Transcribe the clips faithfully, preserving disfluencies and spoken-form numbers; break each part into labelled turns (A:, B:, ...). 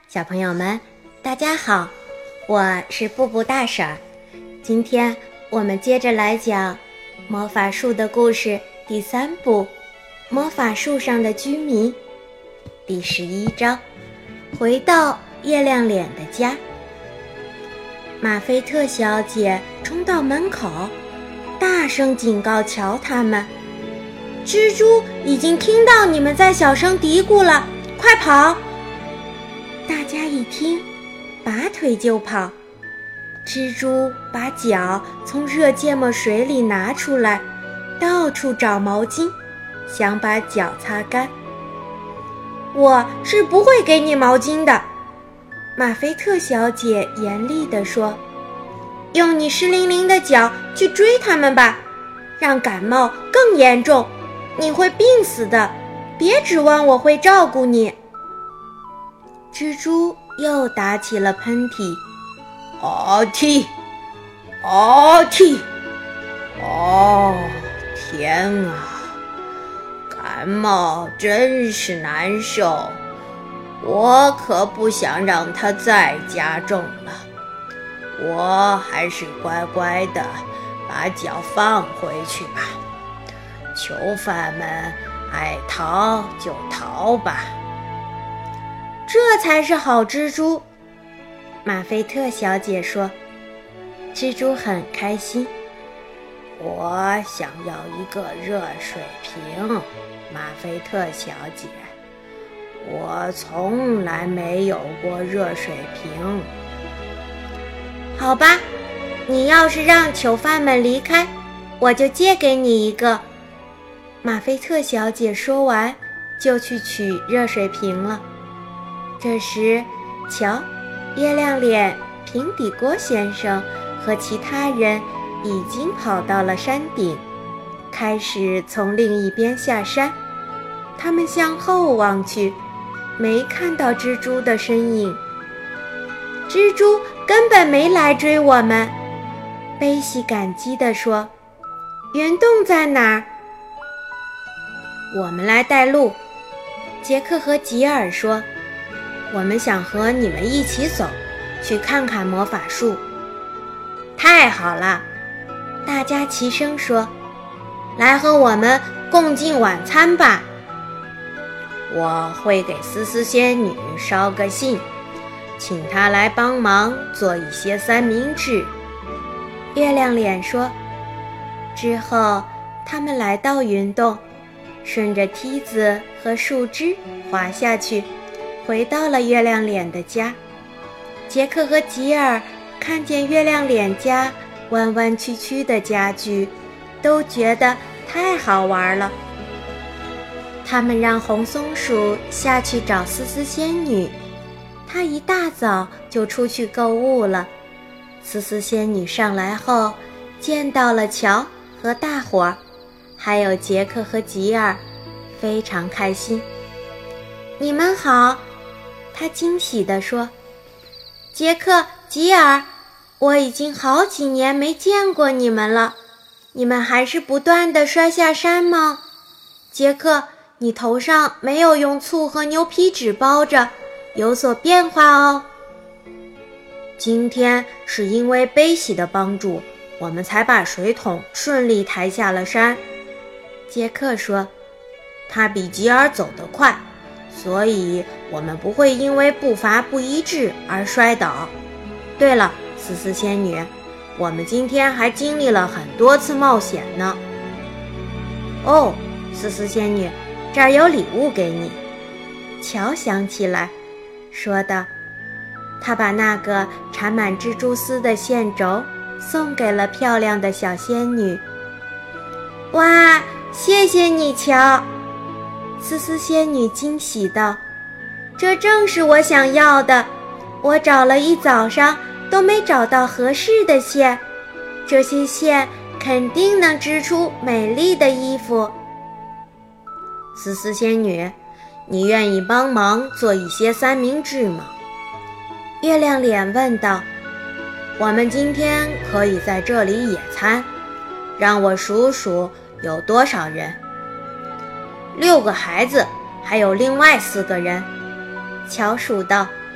A: 小朋友们，大家好，我是布布大婶儿。今天我们接着来讲魔法树的故事第三部《魔法树上的居民》第十一章，回到月亮脸的家。马菲特小姐冲到门口，大声警告乔他们：蜘蛛已经听到你们在小声嘀咕了，快跑！大家一听，拔腿就跑。蜘蛛把脚从热芥末水里拿出来，到处找毛巾，想把脚擦干。我是不会给你毛巾的，马菲特小姐严厉地说，用你湿淋淋的脚去追他们吧，让感冒更严重，你会病死的，别指望我会照顾你。蜘蛛又打起了喷嚏，
B: 啊嚏，啊嚏，哦，天啊，感冒真是难受，我可不想让它再加重了，我还是乖乖的把脚放回去吧，囚犯们爱逃就逃吧。
A: 这才是好蜘蛛，马菲特小姐说。蜘蛛很开心。
B: 我想要一个热水瓶，马菲特小姐，我从来没有过热水瓶。
A: 好吧，你要是让囚犯们离开，我就借给你一个。马菲特小姐说完，就去取热水瓶了。这时，瞧，月亮脸、平底锅先生和其他人已经跑到了山顶，开始从另一边下山。他们向后望去，没看到蜘蛛的身影。蜘蛛根本没来追我们，贝西感激地说，云洞在哪儿？我们来带路。杰克和吉尔说，我们想和你们一起走，去看看魔法树。太好了，大家齐声说，来和我们共进晚餐吧。
B: 我会给思思仙女捎个信，请她来帮忙做一些三明治。
A: 月亮脸说。之后他们来到云洞，顺着梯子和树枝滑下去，回到了月亮脸的家。杰克和吉尔看见月亮脸家弯弯曲曲的家具，都觉得太好玩了。他们让红松鼠下去找思思仙女，她一大早就出去购物了。思思仙女上来后，见到了乔和大伙儿，还有杰克和吉尔，非常开心。你们好，她惊喜地说。杰克、吉尔，我已经好几年没见过你们了，你们还是不断地摔下山吗？杰克，你头上没有用醋和牛皮纸包着，有所变化哦。
B: 今天是因为贝西的帮助，我们才把水桶顺利抬下了山。
A: 杰克说，
B: 他比吉尔走得快，所以我们不会因为步伐不一致而摔倒。对了，思思仙女，我们今天还经历了很多次冒险呢。哦，思思仙女，这儿有礼物给你。
A: 乔想起来，说道。他把那个缠满蜘蛛丝的线轴送给了漂亮的小仙女。哇，谢谢你，乔！思思仙女惊喜道，这正是我想要的，我找了一早上都没找到合适的线，这些线肯定能织出美丽的衣服。
B: 思思仙女，你愿意帮忙做一些三明治吗？
A: 月亮脸问道。
B: 我们今天可以在这里野餐，让我数数有多少人。六个孩子，还有另外四个人。
A: 乔数道，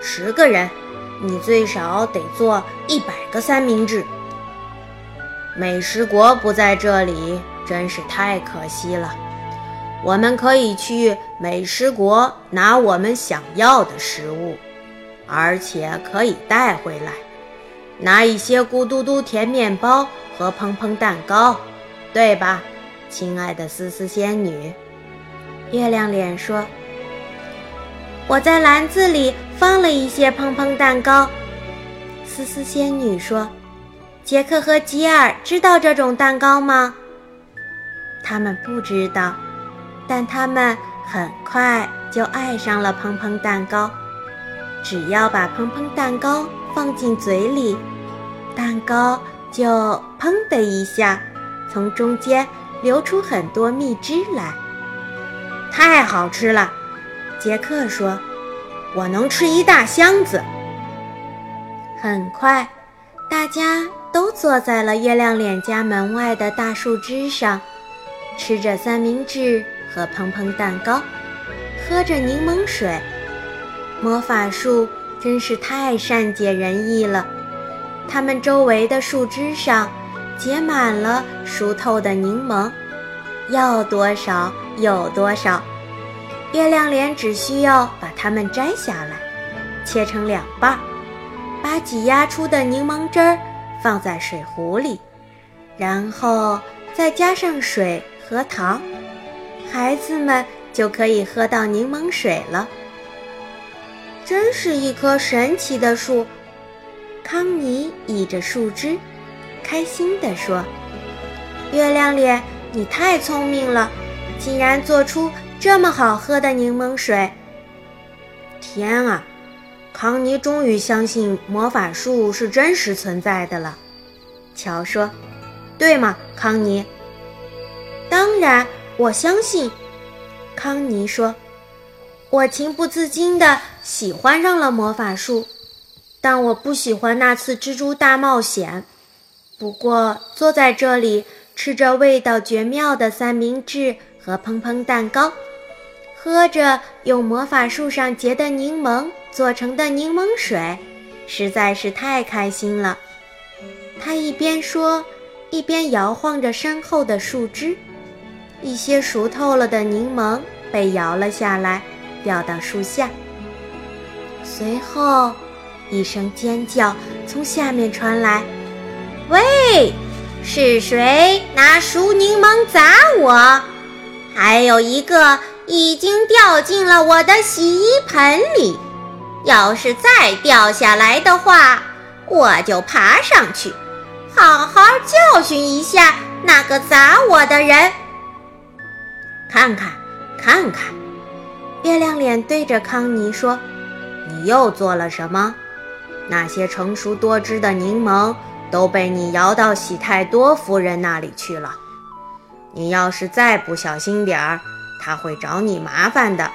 B: 十个人，你最少得做一百个三明治。美食国不在这里，真是太可惜了。我们可以去美食国拿我们想要的食物，而且可以带回来，拿一些咕嘟嘟甜面包和蓬蓬蛋糕，对吧，亲爱的丝丝仙女？
A: 月亮脸说，我在篮子里放了一些蓬蓬蛋糕。丝丝仙女说，杰克和吉尔知道这种蛋糕吗？他们不知道，但他们很快就爱上了蓬蓬蛋糕。只要把蓬蓬蛋糕放进嘴里，蛋糕就砰的一下从中间流出很多蜜汁来。
B: 太好吃了，杰克说，我能吃一大箱子。
A: 很快大家都坐在了月亮脸家门外的大树枝上，吃着三明治和蓬蓬蛋糕，喝着柠檬水。魔法树真是太善解人意了，它们周围的树枝上结满了熟透的柠檬，要多少有多少。月亮脸只需要把它们摘下来，切成两半，把挤压出的柠檬汁儿放在水壶里，然后再加上水和糖，孩子们就可以喝到柠檬水了。真是一棵神奇的树，康妮倚着树枝，开心地说：“月亮脸，你太聪明了，竟然做出这么好喝的柠檬水！”
B: 天啊，康妮终于相信魔法树是真实存在的了。乔说：“对吗，康妮？”
A: 当然，我相信。康妮说：“我情不自禁地喜欢上了魔法树，但我不喜欢那次蜘蛛大冒险。不过坐在这里，吃着味道绝妙的三明治和蓬蓬蛋糕，喝着用魔法树上结的柠檬做成的柠檬水，实在是太开心了。”他一边说，一边摇晃着身后的树枝，一些熟透了的柠檬被摇了下来，掉到树下。随后一声尖叫从下面传来：“喂，是谁拿熟柠檬砸我？还有一个已经掉进了我的洗衣盆里，要是再掉下来的话，我就爬上去好好教训一下那个砸我的人。”
B: 看看看看，
A: 月亮脸对着康妮说：“
B: 你又做了什么？那些成熟多汁的柠檬都被你摇到喜太多夫人那里去了。你要是再不小心点儿，她会找你麻烦的。”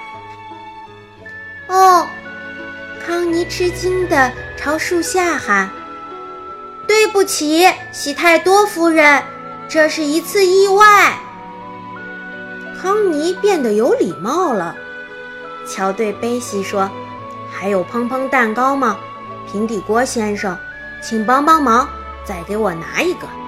A: 哦，康妮吃惊地朝树下喊：“对不起，喜太多夫人，这是一次意外。”
B: 康妮变得有礼貌了。
A: 乔对贝西说：“
B: 还有蓬蓬蛋糕吗？平底锅先生，请帮帮忙，再给我拿一个。”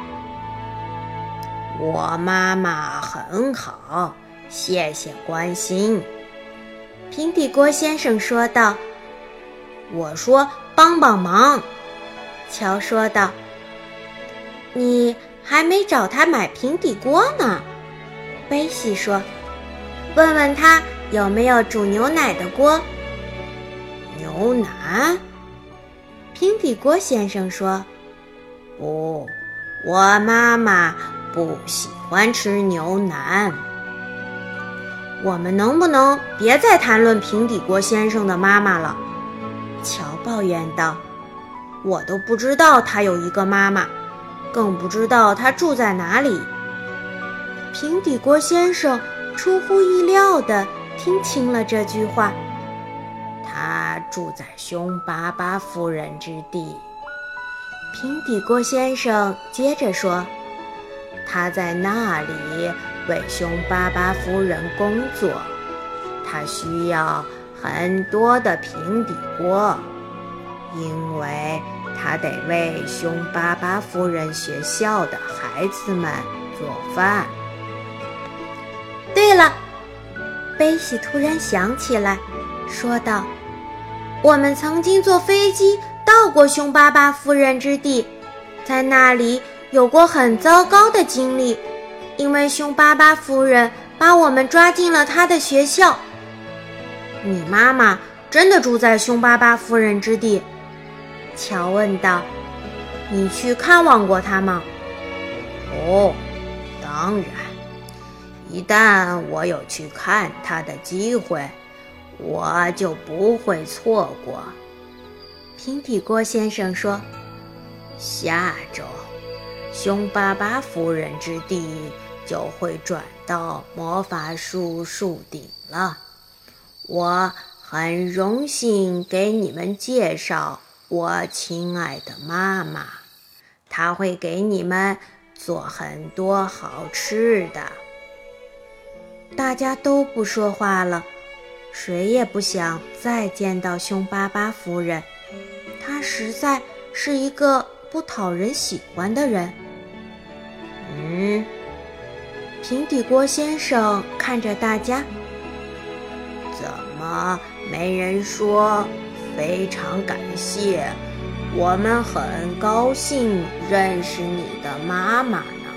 B: 我妈妈很好，谢谢关心。
A: 平底锅先生说道。
B: 我说帮帮忙。
A: 乔说道。你还没找他买平底锅呢，贝西说。问问他有没有煮牛奶的锅。
B: 牛奶？
A: 平底锅先生说。
B: 不，我妈妈不喜欢吃牛奶。我们能不能别再谈论平底锅先生的妈妈了？乔抱怨道。我都不知道他有一个妈妈，更不知道他住在哪里。
A: 平底锅先生出乎意料地听清了这句话。
B: 他住在凶巴巴夫人之地。
A: 平底锅先生接着说，
B: 他在那里为凶巴巴夫人工作，他需要很多的平底锅，因为他得为凶巴巴夫人学校的孩子们做饭。
A: 对了，贝西突然想起来，说道：“我们曾经坐飞机到过凶巴巴夫人之地，在那里有过很糟糕的经历，因为凶巴巴夫人把我们抓进了她的学校。”你妈妈真的住在凶巴巴夫人之地？乔问道。你去看望过她吗？
B: 哦，当然，一旦我有去看她的机会，我就不会错过。
A: 平底锅先生说，
B: 下周凶巴巴夫人之地就会转到魔法树树顶了。我很荣幸给你们介绍我亲爱的妈妈，她会给你们做很多好吃的。
A: 大家都不说话了，谁也不想再见到凶巴巴夫人，她实在是一个不讨人喜欢的人。
B: 嗯，
A: 平底锅先生看着大家，
B: 怎么没人说非常感谢，我们很高兴认识你的妈妈呢？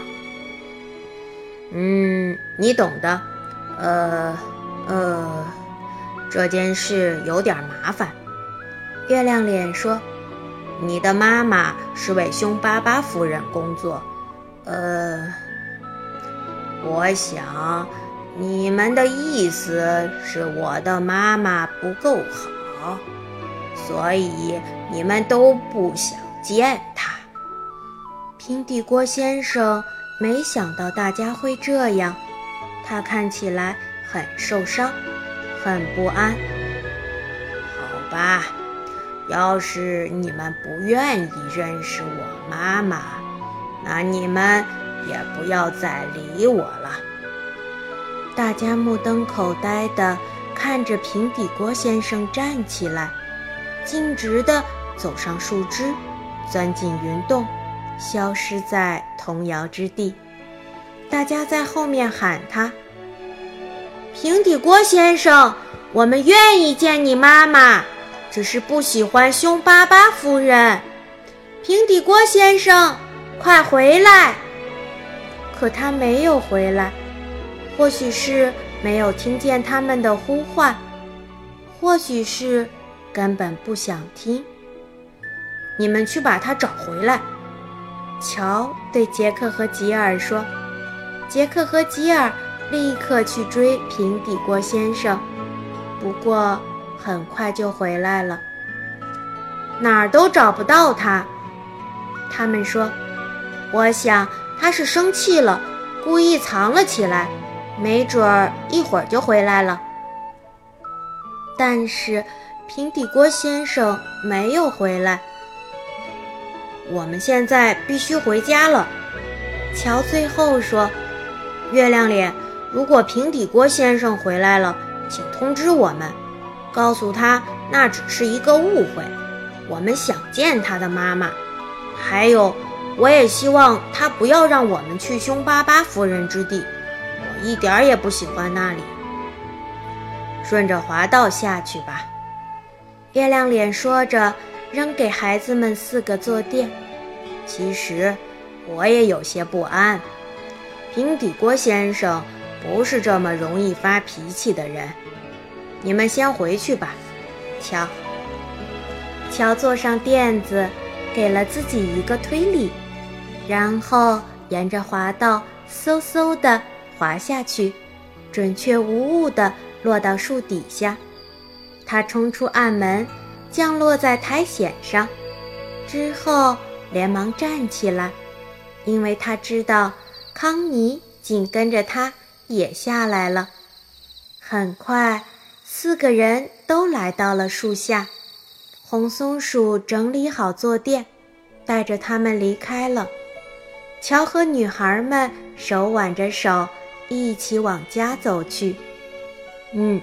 B: 嗯，你懂的。呃呃，这件事有点麻烦。
A: 月亮脸说，
B: 你的妈妈是为凶巴巴夫人工作。呃，我想你们的意思是我的妈妈不够好，所以你们都不想见她。
A: 平底锅先生没想到大家会这样，他看起来很受伤，很不安。
B: 好吧，要是你们不愿意认识我妈妈，那你们也不要再理我了。
A: 大家目瞪口呆地看着平底锅先生站起来，径直地走上树枝，钻进云洞，消失在童谣之地。大家在后面喊他：平底锅先生，我们愿意见你妈妈，只是不喜欢凶巴巴夫人。平底锅先生，快回来！可他没有回来，或许是没有听见他们的呼唤，或许是根本不想听。你们去把他找回来。乔对杰克和吉尔说。杰克和吉尔立刻去追平底锅先生，不过很快就回来了。哪儿都找不到他，他们说，我想他是生气了，故意藏了起来，没准儿一会儿就回来了。但是平底锅先生没有回来。我们现在必须回家了，乔最后说。月亮脸，如果平底锅先生回来了，请通知我们，告诉他那只是一个误会，我们想见他的妈妈。还有，我也希望他不要让我们去凶巴巴夫人之地，我一点也不喜欢那里。顺着滑道下去吧。月亮脸说着，扔给孩子们四个坐垫。其实我也有些不安，平底锅先生不是这么容易发脾气的人。你们先回去吧。瞧，乔坐上垫子，给了自己一个推力，然后沿着滑道嗖嗖地滑下去，准确无误地落到树底下。他冲出暗门，降落在苔藓上，之后连忙站起来，因为他知道康妮紧跟着他也下来了。很快，四个人都来到了树下。红松鼠整理好坐垫，带着他们离开了。乔和女孩们手挽着手，一起往家走去。嗯，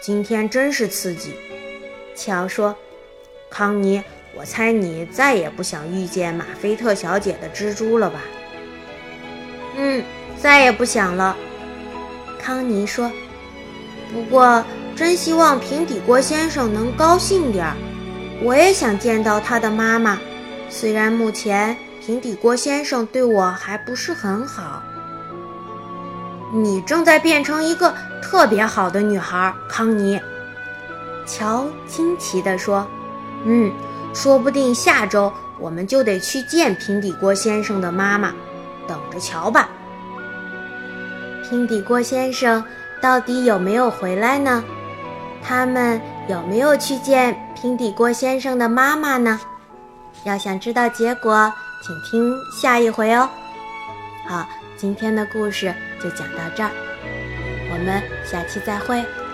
B: 今天真是刺激。
A: 乔说：“
B: 康妮，我猜你再也不想遇见马菲特小姐的蜘蛛了吧？”“
A: 嗯，再也不想了。”康妮说。“不过，真希望平底锅先生能高兴点儿。我也想见到他的妈妈，虽然目前平底锅先生对我还不是很好。”“
B: 你正在变成一个特别好的女孩，康妮。”
A: 乔惊奇地说。
B: “嗯，说不定下周我们就得去见平底锅先生的妈妈，等着瞧吧。”
A: 平底锅先生到底有没有回来呢？他们有没有去见平底锅先生的妈妈呢？要想知道结果，请听下一回哦。好，今天的故事就讲到这儿，我们下期再会。